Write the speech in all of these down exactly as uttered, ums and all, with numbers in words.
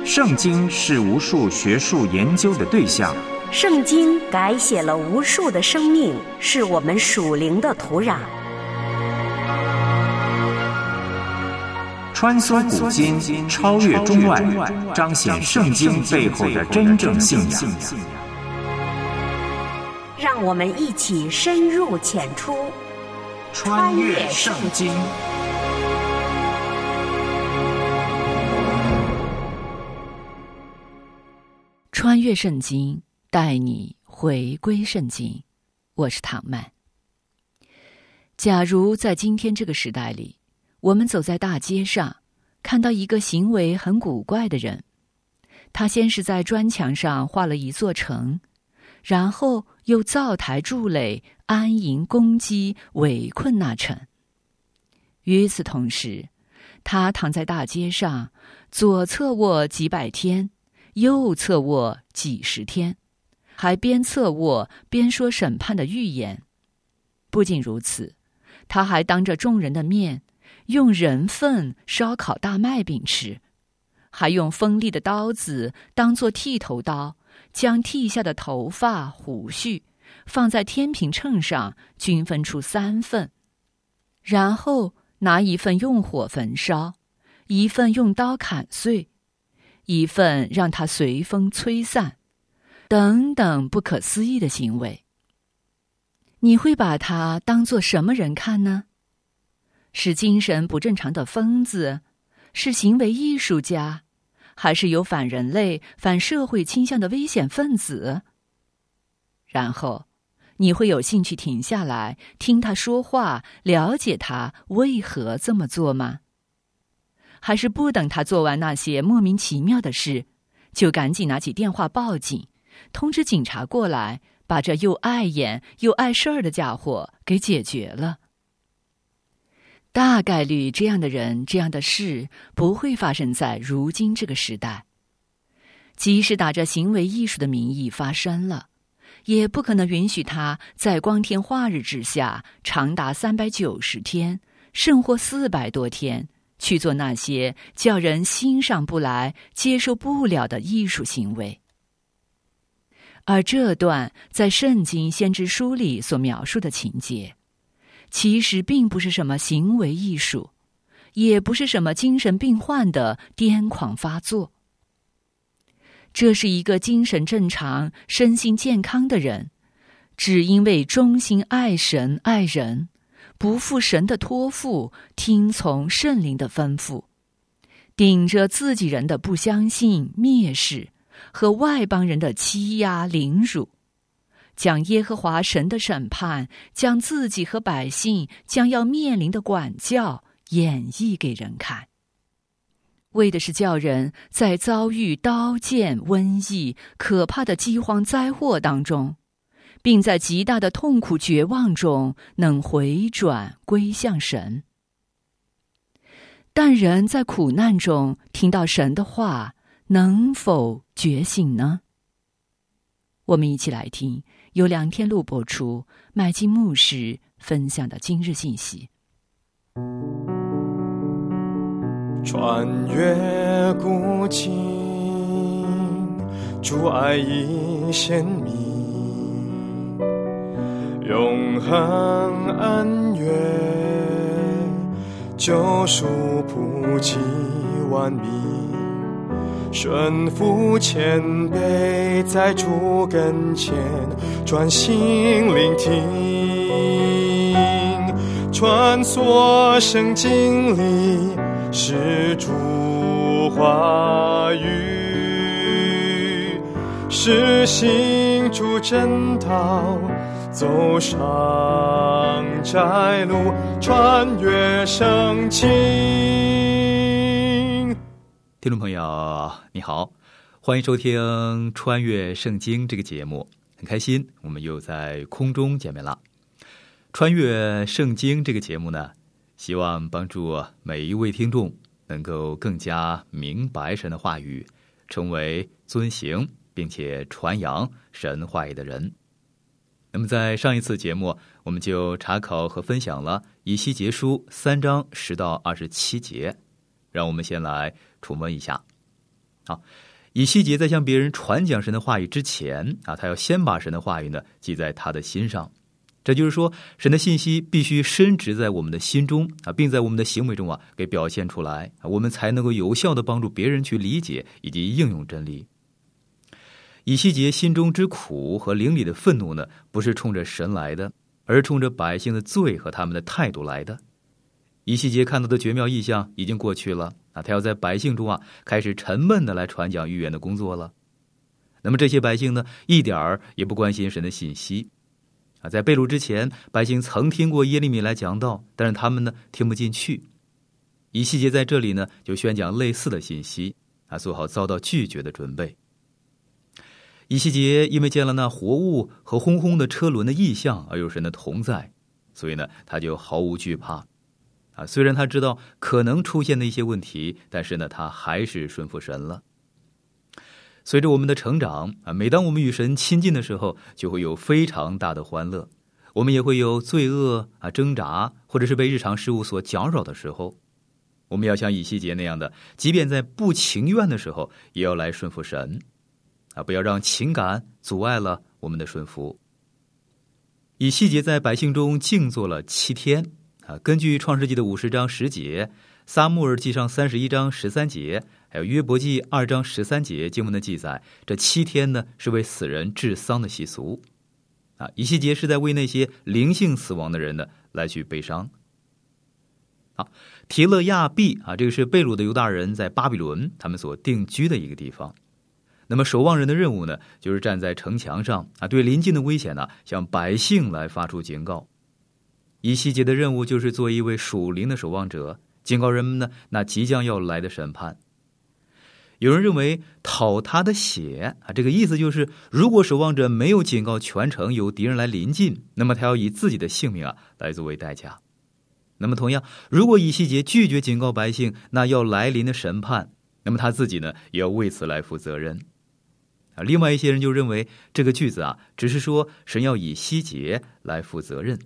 圣经是无数学术研究的对象， 圣经改写了无数的生命，是我们属灵的土壤。 穿梭古今，超越中外，彰显圣经背后的真正信仰。 让我们一起深入浅出， 穿越圣经。 穿越圣经，带你回归圣经。我是唐曼。假如在今天这个时代里，我们走在大街上，看到一个行为很古怪的人，他先是在砖墙上画了一座城，然后又造台筑垒，安营攻击，围困那城。与此同时，他躺在大街上，左侧卧几百天，右侧卧几十天，还边侧卧边说审判的预言。不仅如此，他还当着众人的面用人粪烧烤大麦饼吃，还用锋利的刀子当作剃头刀，将剃下的头发胡须放在天平秤上，均分出三份，然后拿一份用火焚烧，一份用刀砍碎，一份让它随风吹散，等等不可思议的行为。你会把它当作什么人看呢？是精神不正常的疯子，是行为艺术家，还是有反人类、反社会倾向的危险分子？然后你会有兴趣停下来听他说话，了解他为何这么做吗？还是不等他做完那些莫名其妙的事，就赶紧拿起电话报警，通知警察过来，把这又碍眼又碍事儿的家伙给解决了？大概率这样的人，这样的事不会发生在如今这个时代。即使打着行为艺术的名义发生了，也不可能允许他在光天化日之下长达三百九十天，甚或四百多天，去做那些叫人欣赏不来、接受不了的艺术行为。而这段在圣经先知书里所描述的情节，其实并不是什么行为艺术，也不是什么精神病患的癫狂发作。这是一个精神正常、身心健康的人，只因为忠心爱神爱人，不负神的托付，听从圣灵的吩咐，顶着自己人的不相信、蔑视和外邦人的欺压凌辱，将耶和华神的审判，将自己和百姓将要面临的管教演绎给人看，为的是叫人在遭遇刀剑、瘟疫、可怕的饥荒灾祸当中，并在极大的痛苦绝望中能回转归向神。但人在苦难中听到神的话，能否觉醒呢？我们一起来听由梁天禄播出，麦金牧师分享的今日信息。 穿越古今，主爱已显明，永恒恩怨，救赎普及万民，顺服谦卑，在主跟前专心聆听，穿梭圣经里是主话语，是行主真道，走上窄路，穿越圣经。 听众朋友你好，欢迎收听《穿越圣经》这个节目，很开心我们又在空中见面了。穿越圣经这个节目呢，希望帮助每一位听众能够更加明白神的话语，成为遵行并且传扬神话语的人。那么在上一次节目，我们就查考和分享了以西结书三章十到二十七节，让我们先来重温一下。 啊，以西结在向别人传讲神的话语之前啊，他要先把神的话语呢记在他的心上。这就是说，神的信息必须深植在我们的心中啊，并在我们的行为中啊给表现出来，我们才能够有效的帮助别人去理解以及应用真理。以西结心中之苦和灵里的愤怒呢，不是冲着神来的，而是冲着百姓的罪和他们的态度来的。以西结看到的绝妙异象已经过去了啊，他要在百姓中啊开始沉闷的来传讲预言的工作了。那么这些百姓呢，一点儿也不关心神的信息啊，在被掳之前，百姓曾听过耶利米来讲道，但是他们呢听不进去。以西结在这里呢就宣讲类似的信息啊，做好遭到拒绝的准备。以西结因为见了那活物和轰轰的车轮的异象而有神的同在，所以呢他就毫无惧怕啊。虽然他知道可能出现的一些问题，但是呢他还是顺服神了。随着我们的成长啊，每当我们与神亲近的时候，就会有非常大的欢乐。我们也会有罪恶啊挣扎，或者是被日常事物所搅扰的时候。我们要像以西结那样的，即便在不情愿的时候，也要来顺服神啊，不要让情感阻碍了我们的顺服。以西结在百姓中静坐了七天啊，根据创世纪的五十章十节，撒母耳记上三十一章十三节，还有约伯记二章十三节经文的记载，这七天呢是为死人治丧的习俗啊。以西结是在为那些灵性死亡的人呢来去悲伤。好，提勒亚毕啊，这个是被掳的犹大人在巴比伦他们所定居的一个地方。那么守望人的任务呢，就是站在城墙上啊，对临近的危险呢，向百姓来发出警告。以西结的任务就是做一位属灵的守望者，警告人们呢，那即将要来的审判。有人认为讨他的血啊，这个意思就是，如果守望者没有警告全城有敌人来临近，那么他要以自己的性命啊来作为代价。那么同样，如果以西结拒绝警告百姓那要来临的审判，那么他自己呢也要为此来负责任。啊，另外一些人就认为这个句子啊，只是说神要以西结来负责任。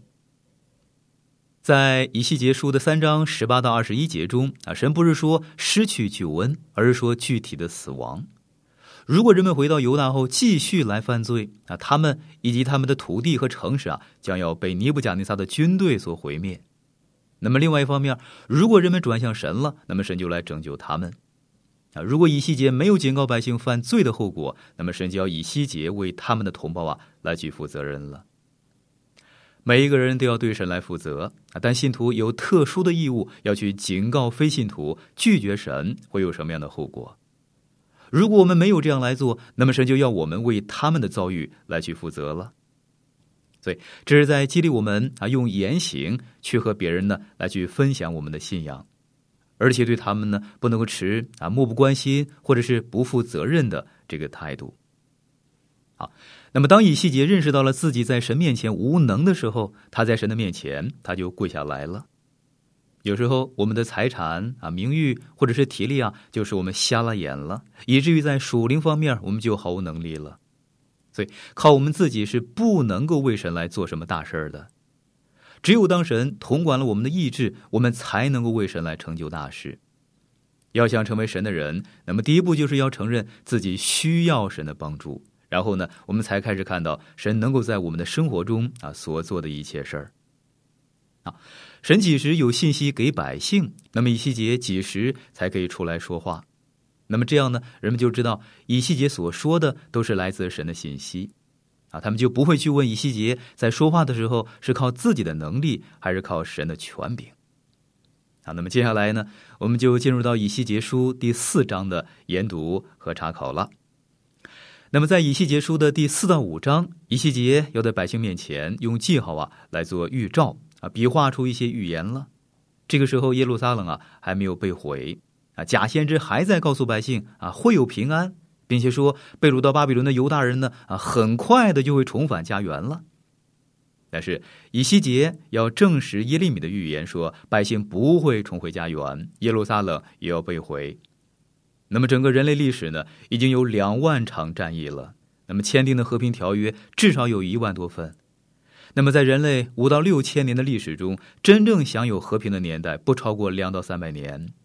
在以西结书的三章十八到二十一节中啊，神不是说失去救恩，而是说具体的死亡。如果人们回到犹大后继续来犯罪啊，他们以及他们的土地和城市啊，将要被尼布甲尼撒的军队所毁灭。那么另外一方面，如果人们转向神了，那么神就来拯救他们啊。如果以西结没有警告百姓犯罪的后果，那么神就要以西结为他们的同胞啊来去负责任了。每一个人都要对神来负责，但信徒有特殊的义务要去警告非信徒拒绝神会有什么样的后果。如果我们没有这样来做，那么神就要我们为他们的遭遇来去负责了。所以这是在激励我们啊，用言行去和别人呢来去分享我们的信仰，而且对他们呢不能够持啊漠不关心或者是不负责任的这个态度。好，那么当以西结认识到了自己在神面前无能的时候，他在神的面前他就跪下来了。有时候我们的财产啊、名誉或者是体力啊，就是我们瞎了眼了，以至于在属灵方面我们就毫无能力了。所以靠我们自己是不能够为神来做什么大事的。只有当神统管了我们的意志，我们才能够为神来成就大事。要想成为神的人，那么第一步就是要承认自己需要神的帮助，然后呢，我们才开始看到神能够在我们的生活中啊所做的一切事儿。啊，神几时有信息给百姓，那么以西结几时才可以出来说话。那么这样呢，人们就知道以西结所说的都是来自神的信息啊，他们就不会去问以西结在说话的时候是靠自己的能力还是靠神的权柄啊。那么接下来呢，我们就进入到以西结书第四章的研读和查考了。那么在以西结书的第四到五章，以西结要在百姓面前用记号啊来做预兆啊，比划出一些预言了。这个时候耶路撒冷啊还没有被毁啊，假先知还在告诉百姓啊会有平安，并且说被掳到巴比伦的犹大人呢啊很快的就会重返家园了。但是以西结要证实耶利米的预言，说百姓不会重回家园，耶路撒冷也要被毁。那么整个人类历史呢，已经有两万场战役了。那么签订的和平条约至少有一万多份。那么在人类五到六千年的历史中，真正享有和平的年代不超过两到三百年。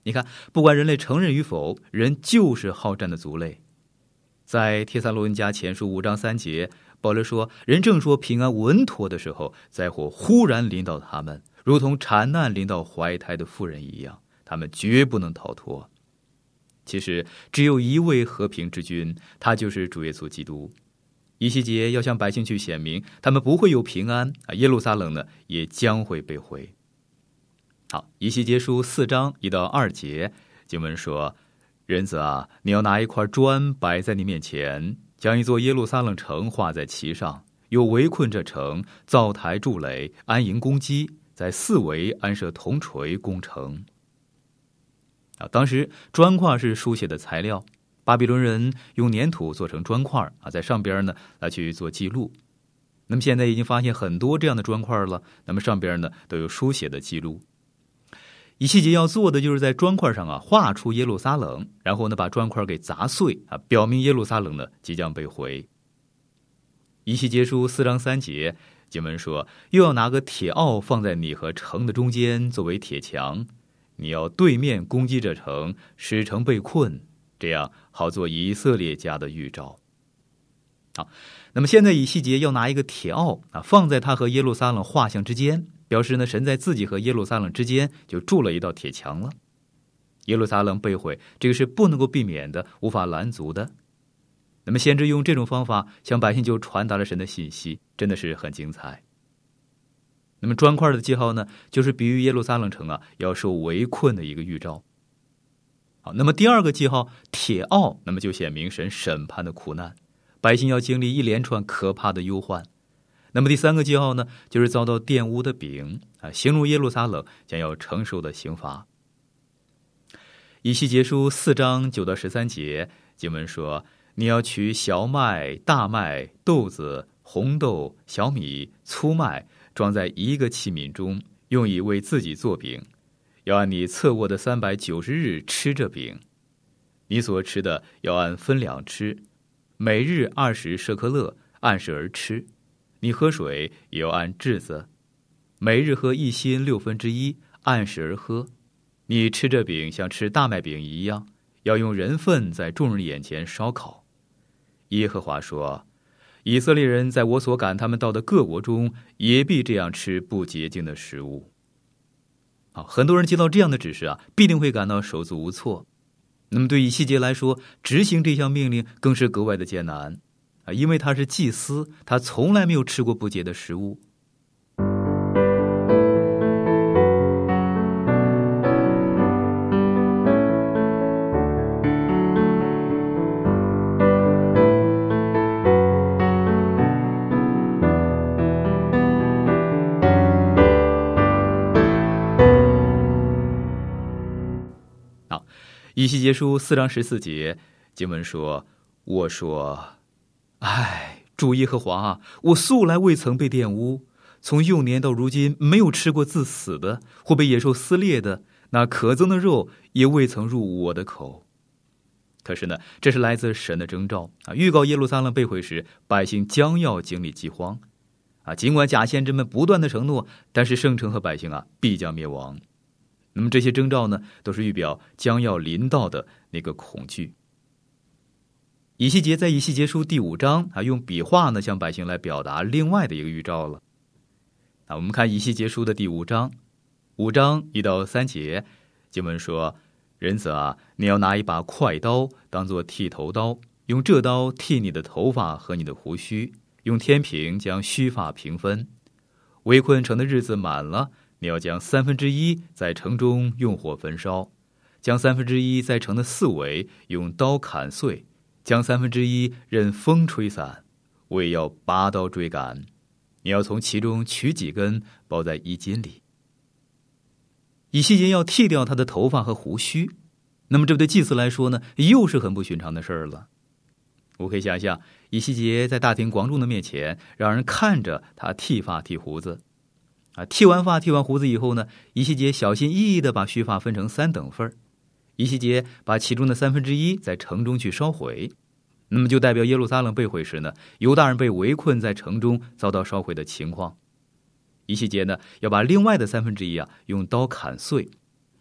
你看，不管人类承认与否，人就是好战的族类。在帖撒罗尼迦前书五章三节，保罗说，人正说平安稳妥的时候，灾祸忽然临到他们，如同产难临到怀胎的妇人一样，他们绝不能逃脱。其实只有一位和平之君，他就是主耶稣基督。以西结要向百姓去显明，他们不会有平安，耶路撒冷呢也将会被毁。好，以西结书四章一到二节，经文说，人子啊，你要拿一块砖摆在你面前，将一座耶路撒冷城画在其上，又围困这城，造台筑垒，安营攻击，在四围安设铜锤攻城。啊，当时砖块是书写的材料，巴比伦人用粘土做成砖块啊，在上边呢来去做记录。那么现在已经发现很多这样的砖块了，那么上边呢都有书写的记录。以西结要做的就是在砖块上啊画出耶路撒冷，然后呢把砖块给砸碎啊，表明耶路撒冷呢即将被毁。以西结书四章三节，经文说，又要拿个铁鏊放在你和城的中间，作为铁墙，你要对面攻击这城，使城被困，这样好做以色列家的预兆。好，那么现在以西结要拿一个铁鏊啊，放在他和耶路撒冷画像之间，表示呢神在自己和耶路撒冷之间就筑了一道铁墙了。耶路撒冷被毁，这个是不能够避免的，无法拦阻的。那么先知用这种方法向百姓就传达了神的信息，真的是很精彩。那么砖块的记号呢，就是比喻耶路撒冷城啊要受围困的一个预兆。好，那么第二个记号铁鏊，那么就显明神审判的苦难，百姓要经历一连串可怕的忧患。那么第三个记号呢，就是遭到玷污的饼啊，形容耶路撒冷将要承受的刑罚。以西结书四章九到十三节，经文说，你要取小麦、大麦、豆子、红豆、小米、粗麦，装在一个器皿中，用以为自己做饼，要按你侧卧的三百九十日吃这饼。你所吃的要按分两吃，每日二十舍克勒，按时而吃。你喝水也要按质子，每日喝一薪六分之一，按时而喝。你吃这饼像吃大麦饼一样，要用人粪在众人眼前烧烤。耶和华说，以色列人在我所赶他们到的各国中，也必这样吃不洁净的食物。好，很多人接到这样的指示啊，必定会感到手足无措。那么对以西结来说，执行这项命令更是格外的艰难啊，因为他是祭司，他从来没有吃过不洁的食物。以西结书四章十四节，经文说，我说，唉，主耶和华啊，我素来未曾被玷污，从幼年到如今没有吃过自死的或被野兽撕裂的，那可憎的肉也未曾入我的口。可是呢，这是来自神的征兆啊，预告耶路撒冷被毁时，百姓将要经历饥荒啊。尽管假先知们不断的承诺，但是圣城和百姓啊必将灭亡。那么这些征兆呢，都是预表将要临到的那个恐惧。以西结在以西结书第五章啊，用笔画呢向百姓来表达另外的一个预兆了。啊，我们看以西结书的第五章，五章一到三节，经文说，人子啊，你要拿一把快刀当作剃头刀，用这刀剃你的头发和你的胡须，用天平将须发平分。围困城的日子满了，你要将三分之一在城中用火焚烧，将三分之一在城的四围用刀砍碎，将三分之一任风吹散，我也要拔刀追赶。你要从其中取几根包在衣襟里。以西结要剃掉他的头发和胡须，那么这对祭司来说呢，又是很不寻常的事儿了。我可以想象，以西结在大庭广众的面前，让人看着他剃发剃胡子。啊，剃完发剃完胡子以后呢，以西结小心翼翼地把须发分成三等份。以西结把其中的三分之一在城中去烧毁，那么就代表耶路撒冷被毁时呢，犹大人被围困在城中遭到烧毁的情况。以西结呢，要把另外的三分之一啊用刀砍碎，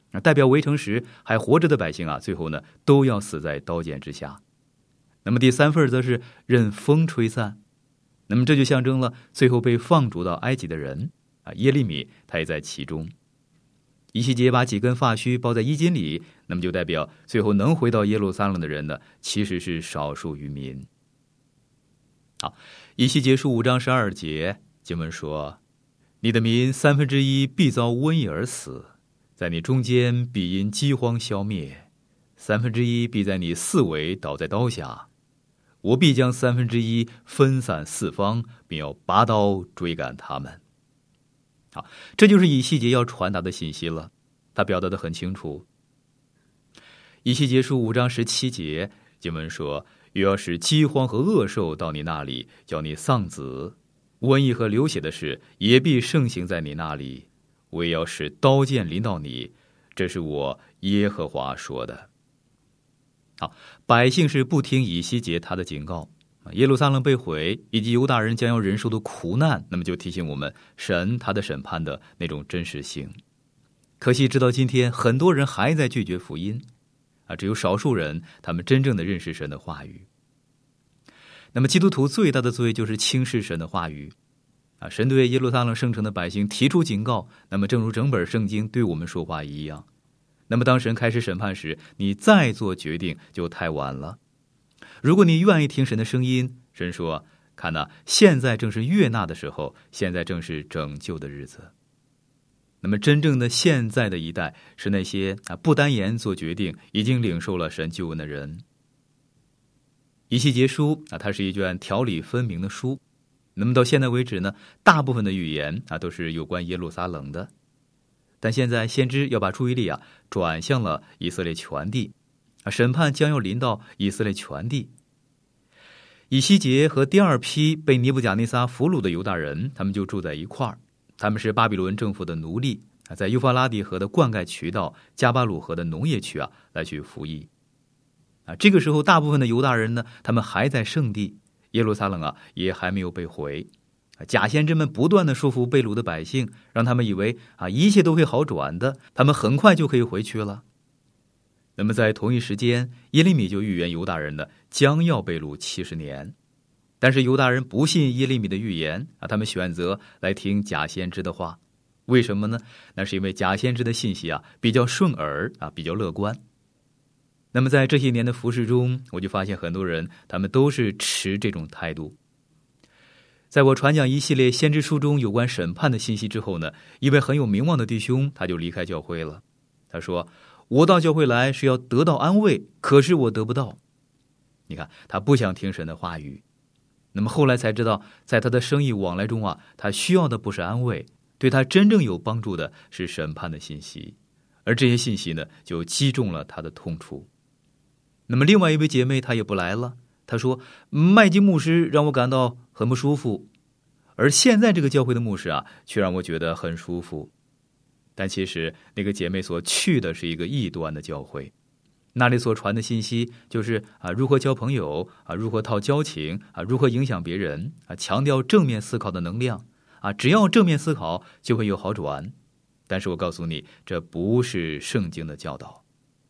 代表围城时还活着的百姓啊，最后呢都要死在刀剑之下。那么第三份则是任风吹散，那么这就象征了最后被放逐到埃及的人啊，耶利米他也在其中。以西结把几根发须包在衣襟里，那么就代表最后能回到耶路撒冷的人呢，其实是少数渔民。好，以西结书五章十二节经文说：你的民三分之一必遭瘟疫而死，在你中间必因饥荒消灭，三分之一必在你四围倒在刀下，我必将三分之一分散四方，并要拔刀追赶他们。好，这就是以西结要传达的信息了，他表达得很清楚。以西结书五章十七节经文说：又要使饥荒和恶兽到你那里，叫你丧子，瘟疫和流血的事也必盛行在你那里，我也要使刀剑临到你，这是我耶和华说的。好，百姓是不听以西结他的警告，耶路撒冷被毁以及犹大人将要忍受的苦难，那么就提醒我们神他的审判的那种真实性。可惜直到今天，很多人还在拒绝福音啊，只有少数人他们真正的认识神的话语。那么基督徒最大的罪就是轻视神的话语啊！神对耶路撒冷圣城的百姓提出警告，那么正如整本圣经对我们说话一样。那么当神开始审判时，你再做决定就太晚了。如果你愿意听神的声音，神说：看哪，现在正是悦纳的时候，现在正是拯救的日子。那么真正的现在的一代是那些啊不单言做决定，已经领受了神救恩的人。以西结书啊，它是一卷条理分明的书。那么到现在为止呢，大部分的预言啊都是有关耶路撒冷的。但现在先知要把注意力啊转向了以色列全地，啊，审判将要临到以色列全地。以西结和第二批被尼布甲尼撒俘虏的犹大人，他们就住在一块儿。他们是巴比伦政府的奴隶，在幼发拉底河的灌溉渠道、加巴鲁河的农业区啊来去服役。啊，这个时候大部分的犹大人呢，他们还在圣地耶路撒冷啊，也还没有被毁。假先知们不断的说服被掳的百姓，让他们以为啊一切都会好转的，他们很快就可以回去了。那么在同一时间，耶利米就预言犹大人呢将要被掳七十年。但是犹大人不信耶利米的预言啊，他们选择来听假先知的话。为什么呢？那是因为假先知的信息啊比较顺耳啊，比较乐观。那么在这些年的服事中，我就发现很多人他们都是持这种态度。在我传讲一系列先知书中有关审判的信息之后呢，一位很有名望的弟兄他就离开教会了。他说：我到教会来是要得到安慰，可是我得不到。你看，他不想听神的话语。那么后来才知道，在他的生意往来中啊，他需要的不是安慰，对他真正有帮助的是审判的信息，而这些信息呢就击中了他的痛处。那么另外一位姐妹她也不来了，她说：麦基牧师让我感到很不舒服，而现在这个教会的牧师啊却让我觉得很舒服。但其实那个姐妹所去的是一个异端的教会，那里所传的信息就是啊如何交朋友啊，如何套交情啊，如何影响别人啊，强调正面思考的能量啊，只要正面思考就会有好转。但是我告诉你，这不是圣经的教导。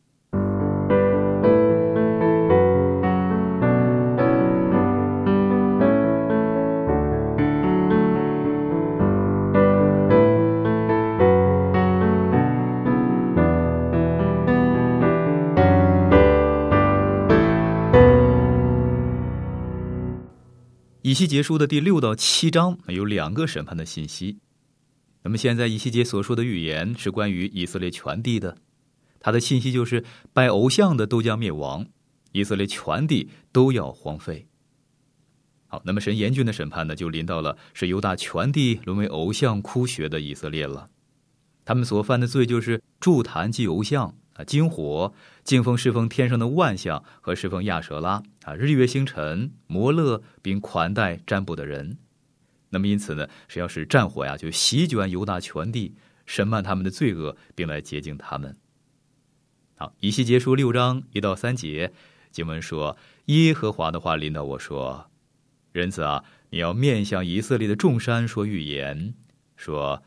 以西结书的第六到七章有两个审判的信息。那么现在以西结所说的预言是关于以色列全地的，他的信息就是拜偶像的都将灭亡，以色列全地都要荒废。好，那么神严峻的审判呢，就临到了使犹大全地沦为偶像窟穴的以色列了。他们所犯的罪就是筑坛祭偶像啊，金火敬奉侍奉天上的万象和侍奉亚舍拉啊，日月星辰摩勒，并款待占卜的人。那么因此呢，是要使战火呀就席卷犹大全地，审判他们的罪恶，并来洁净他们。好，以西结书六章一到三节经文说：耶和华的话临到我说，人子啊，你要面向以色列的众山说预言，说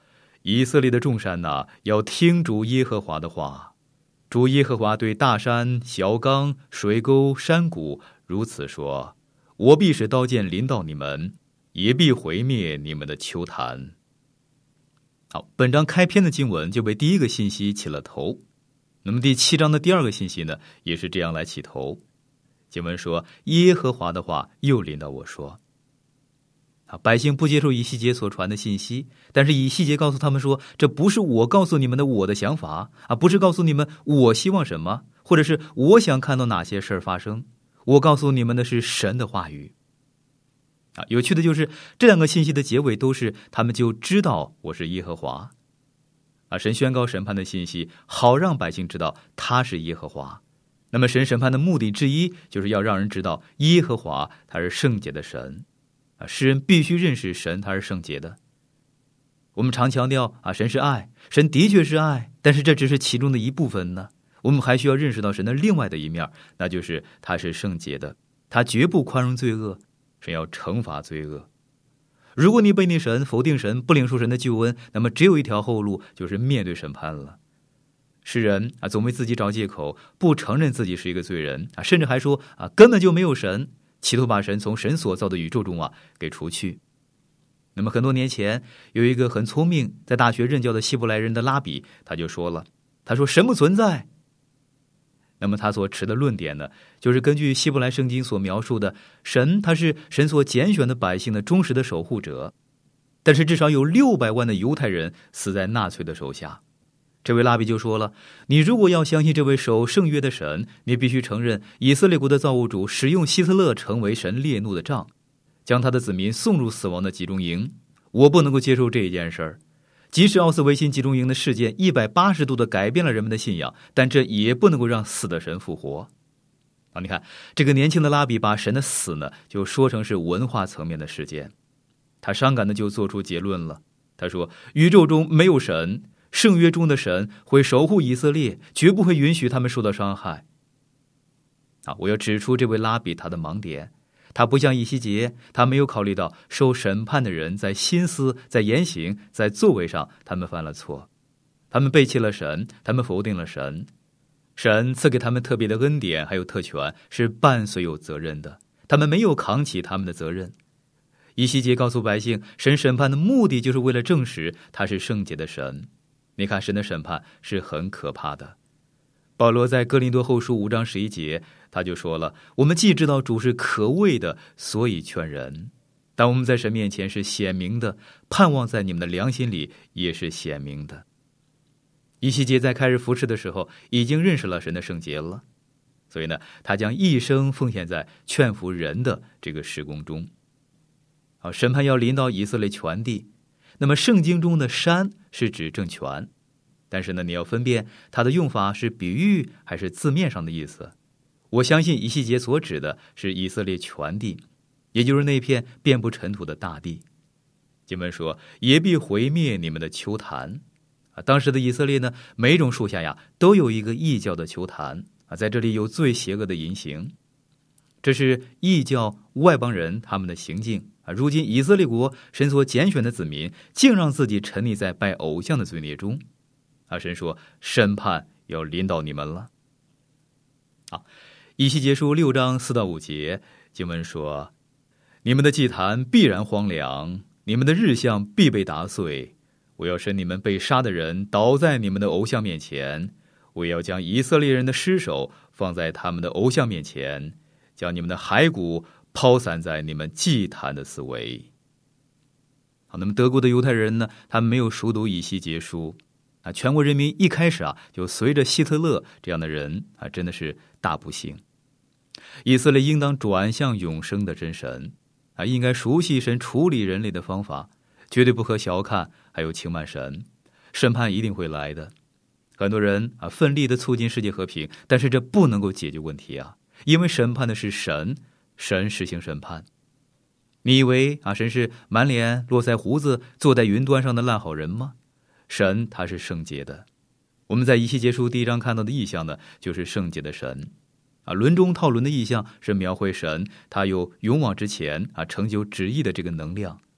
以色列的众山哪，要听主耶和华的话。主耶和华对大山、小冈、水沟、山谷如此说：我必使刀剑临到你们，也必毁灭你们的丘坛。好，本章开篇的经文就为第一个信息起了头。那么第七章的第二个信息呢，也是这样来起头。经文说：耶和华的话又临到我说。啊，百姓不接受以西结所传的信息，但是以西结告诉他们说，这不是我告诉你们的我的想法啊，不是告诉你们我希望什么，或者是我想看到哪些事儿发生，我告诉你们的是神的话语。啊，有趣的就是这两个信息的结尾都是他们就知道我是耶和华。啊，神宣告审判的信息，好让百姓知道他是耶和华。那么神审判的目的之一，就是要让人知道耶和华他是圣洁的神。啊，世人必须认识神他是圣洁的。我们常强调啊，神是爱，神的确是爱，但是这只是其中的一部分呢。我们还需要认识到神的另外的一面，那就是他是圣洁的，他绝不宽容罪恶，神要惩罚罪恶。如果你背逆神、否定神、不领受神的救恩，那么只有一条后路，就是面对审判了。世人啊，总为自己找借口，不承认自己是一个罪人啊，甚至还说啊，根本就没有神，企图把神从神所造的宇宙中啊给除去。那么很多年前，有一个很聪明，在大学任教的希伯来人的拉比，他就说了，他说神不存在。那么他所持的论点呢，就是根据希伯来圣经所描述的，神他是神所拣选的百姓的忠实的守护者。但是至少有六百万的犹太人死在纳粹的手下。这位拉比就说了，你如果要相信这位守圣约的神，你必须承认以色列国的造物主使用希特勒成为神烈怒的杖，将他的子民送入死亡的集中营。我不能够接受这一件事儿。即使奥斯维辛集中营的事件一百八十度的改变了人们的信仰，但这也不能够让死的神复活。啊，你看这个年轻的拉比把神的死呢，就说成是文化层面的事件。他伤感的就做出结论了。他说，宇宙中没有神，圣约中的神会守护以色列，绝不会允许他们受到伤害。啊，我要指出这位拉比他的盲点。他不像以西结，他没有考虑到受审判的人在心思、在言行、在作为上，他们犯了错，他们背弃了神，他们否定了神。神赐给他们特别的恩典还有特权，是伴随有责任的，他们没有扛起他们的责任。以西结告诉百姓，神审判的目的就是为了证实他是圣洁的神。你看神的审判是很可怕的。保罗在哥林多后书五章十一节，他就说了，我们既知道主是可畏的，所以劝人，但我们在神面前是显明的，盼望在你们的良心里也是显明的。以西结在开始服侍的时候，已经认识了神的圣洁了，所以呢，他将一生奉献在劝服人的这个事工中。好，审判要临到以色列全地，那么圣经中的山是指政权，但是呢，你要分辨它的用法是比喻还是字面上的意思。我相信以西结所指的是以色列全地，也就是那片遍布尘土的大地。经文说，也必毁灭你们的丘坛。啊，当时的以色列呢，每种树下呀都有一个异教的丘坛啊，在这里有最邪恶的淫行，这是异教外邦人他们的行径啊。如今以色列国神所拣选的子民，竟让自己沉溺在拜偶像的罪孽中。啊，神说审判要临到你们了。好，以西结书六章四到五节，经文说，你们的祭坛必然荒凉，你们的日像必被打碎，我要使你们被杀的人倒在你们的偶像面前，我要将以色列人的尸首放在他们的偶像面前，将你们的骸骨抛散在你们祭坛的四围。好，那么德国的犹太人呢，他们没有熟读以西结书啊，全国人民一开始啊就随着希特勒这样的人啊，真的是大不幸。以色列应当转向永生的真神啊，应该熟悉神处理人类的方法，绝对不可小看还有轻慢神，审判一定会来的。很多人啊奋力的促进世界和平，但是这不能够解决问题啊，因为审判的是神，神实行审判。你以为啊神是满脸络腮胡子坐在云端上的烂好人吗？神他是圣洁的。我们在以西结书第一章看到的意象呢，就是圣洁的神啊。轮中套轮的意象是描绘神他有勇往直前啊成就旨意的这个能量。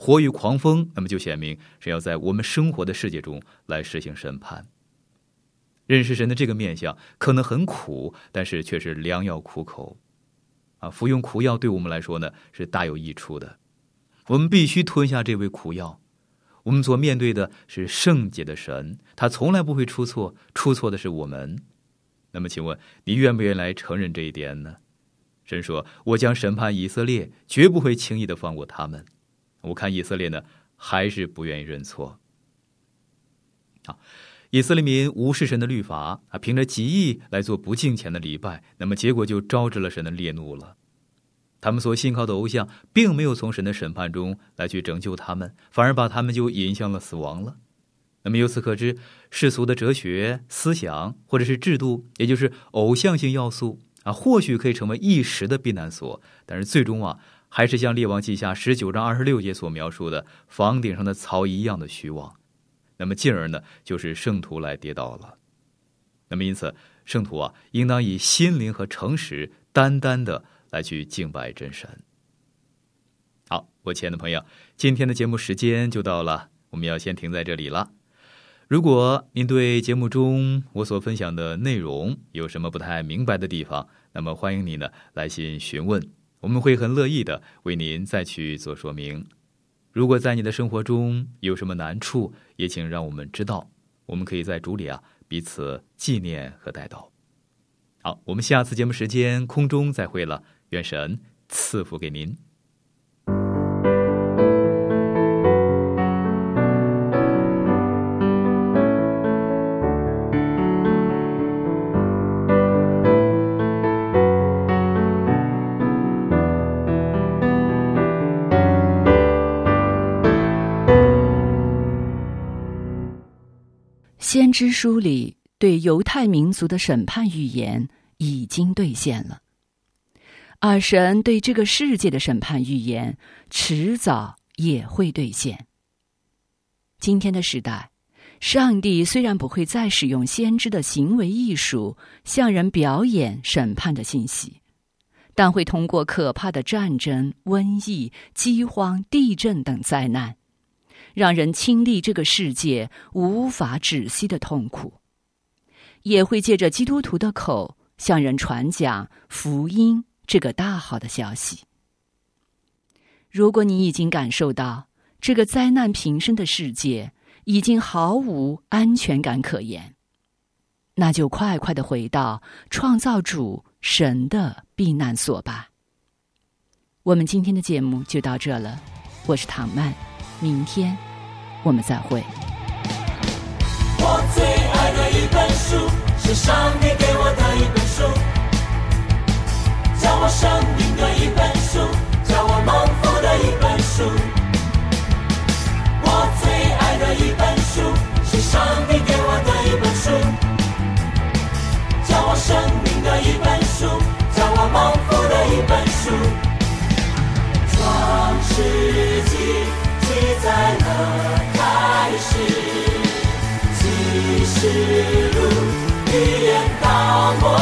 火与狂风，那么就显明神要在我们生活的世界中来实行审判。认识神的这个面向可能很苦，但是却是良药苦口啊！服用苦药对我们来说呢是大有益处的。我们必须吞下这味苦药。我们所面对的是圣洁的神，他从来不会出错，出错的是我们。那么请问你愿不愿意来承认这一点呢？神说，我将审判以色列，绝不会轻易的放过他们。我看以色列呢还是不愿意认错。好，以色列民无视神的律法啊，凭着己意来做不敬虔的礼拜，那么结果就招致了神的烈怒了。他们所信靠的偶像并没有从神的审判中来去拯救他们，反而把他们就引向了死亡了。那么由此可知，世俗的哲学思想或者是制度，也就是偶像性要素啊，或许可以成为一时的避难所，但是最终啊还是像列王记下十九章二十六节所描述的房顶上的草一样的虚妄，那么进而呢就是圣徒来跌倒了。那么因此圣徒啊应当以心灵和诚实单单的来去敬拜真神。好，我亲爱的朋友，今天的节目时间就到了，我们要先停在这里了。如果您对节目中我所分享的内容有什么不太明白的地方，那么欢迎你呢来信询问，我们会很乐意的为您再去做说明。如果在你的生活中有什么难处，也请让我们知道，我们可以在主里啊彼此纪念和代祷。好，我们下次节目时间空中再会了，愿神赐福给您。 先知书里对犹太民族的审判预言已经兑现了，而神对这个世界的审判预言迟早也会兑现。今天的时代，上帝虽然不会再使用先知的行为艺术向人表演审判的信息，但会通过可怕的战争、瘟疫、饥荒、地震等灾难，让人亲历这个世界无法止息的痛苦，也会借着基督徒的口向人传讲福音这个大好的消息。如果你已经感受到这个灾难频生的世界已经毫无安全感可言，那就快快地回到创造主神的避难所吧。我们今天的节目就到这了，我是唐曼，明天我们再会。 我最爱的一本书，是上帝给我的一本书，教我生命的一本书，教我蒙福的一本书。我最爱的一本书，是上帝给我的一本书，教我生命的一本书，教我蒙福的一本书。创世纪记载了开始，启示录预言到末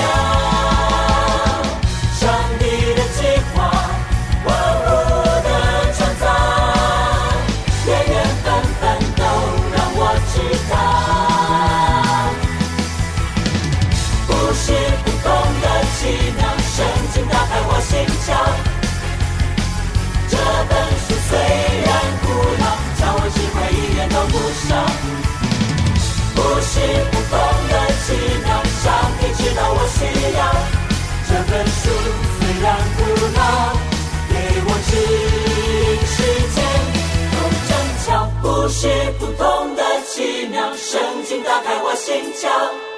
了，上帝的计划，万物的创造，原原本本都让我知道，不是不懂的奇妙，圣经打开我心窍。这本书虽然古老，叫我智慧一点都不少，不是不懂的奇妙，上帝知道我需要。这本书虽然古老，给我指引世界都正巧，不是不懂的奇妙，圣经打开我心窍。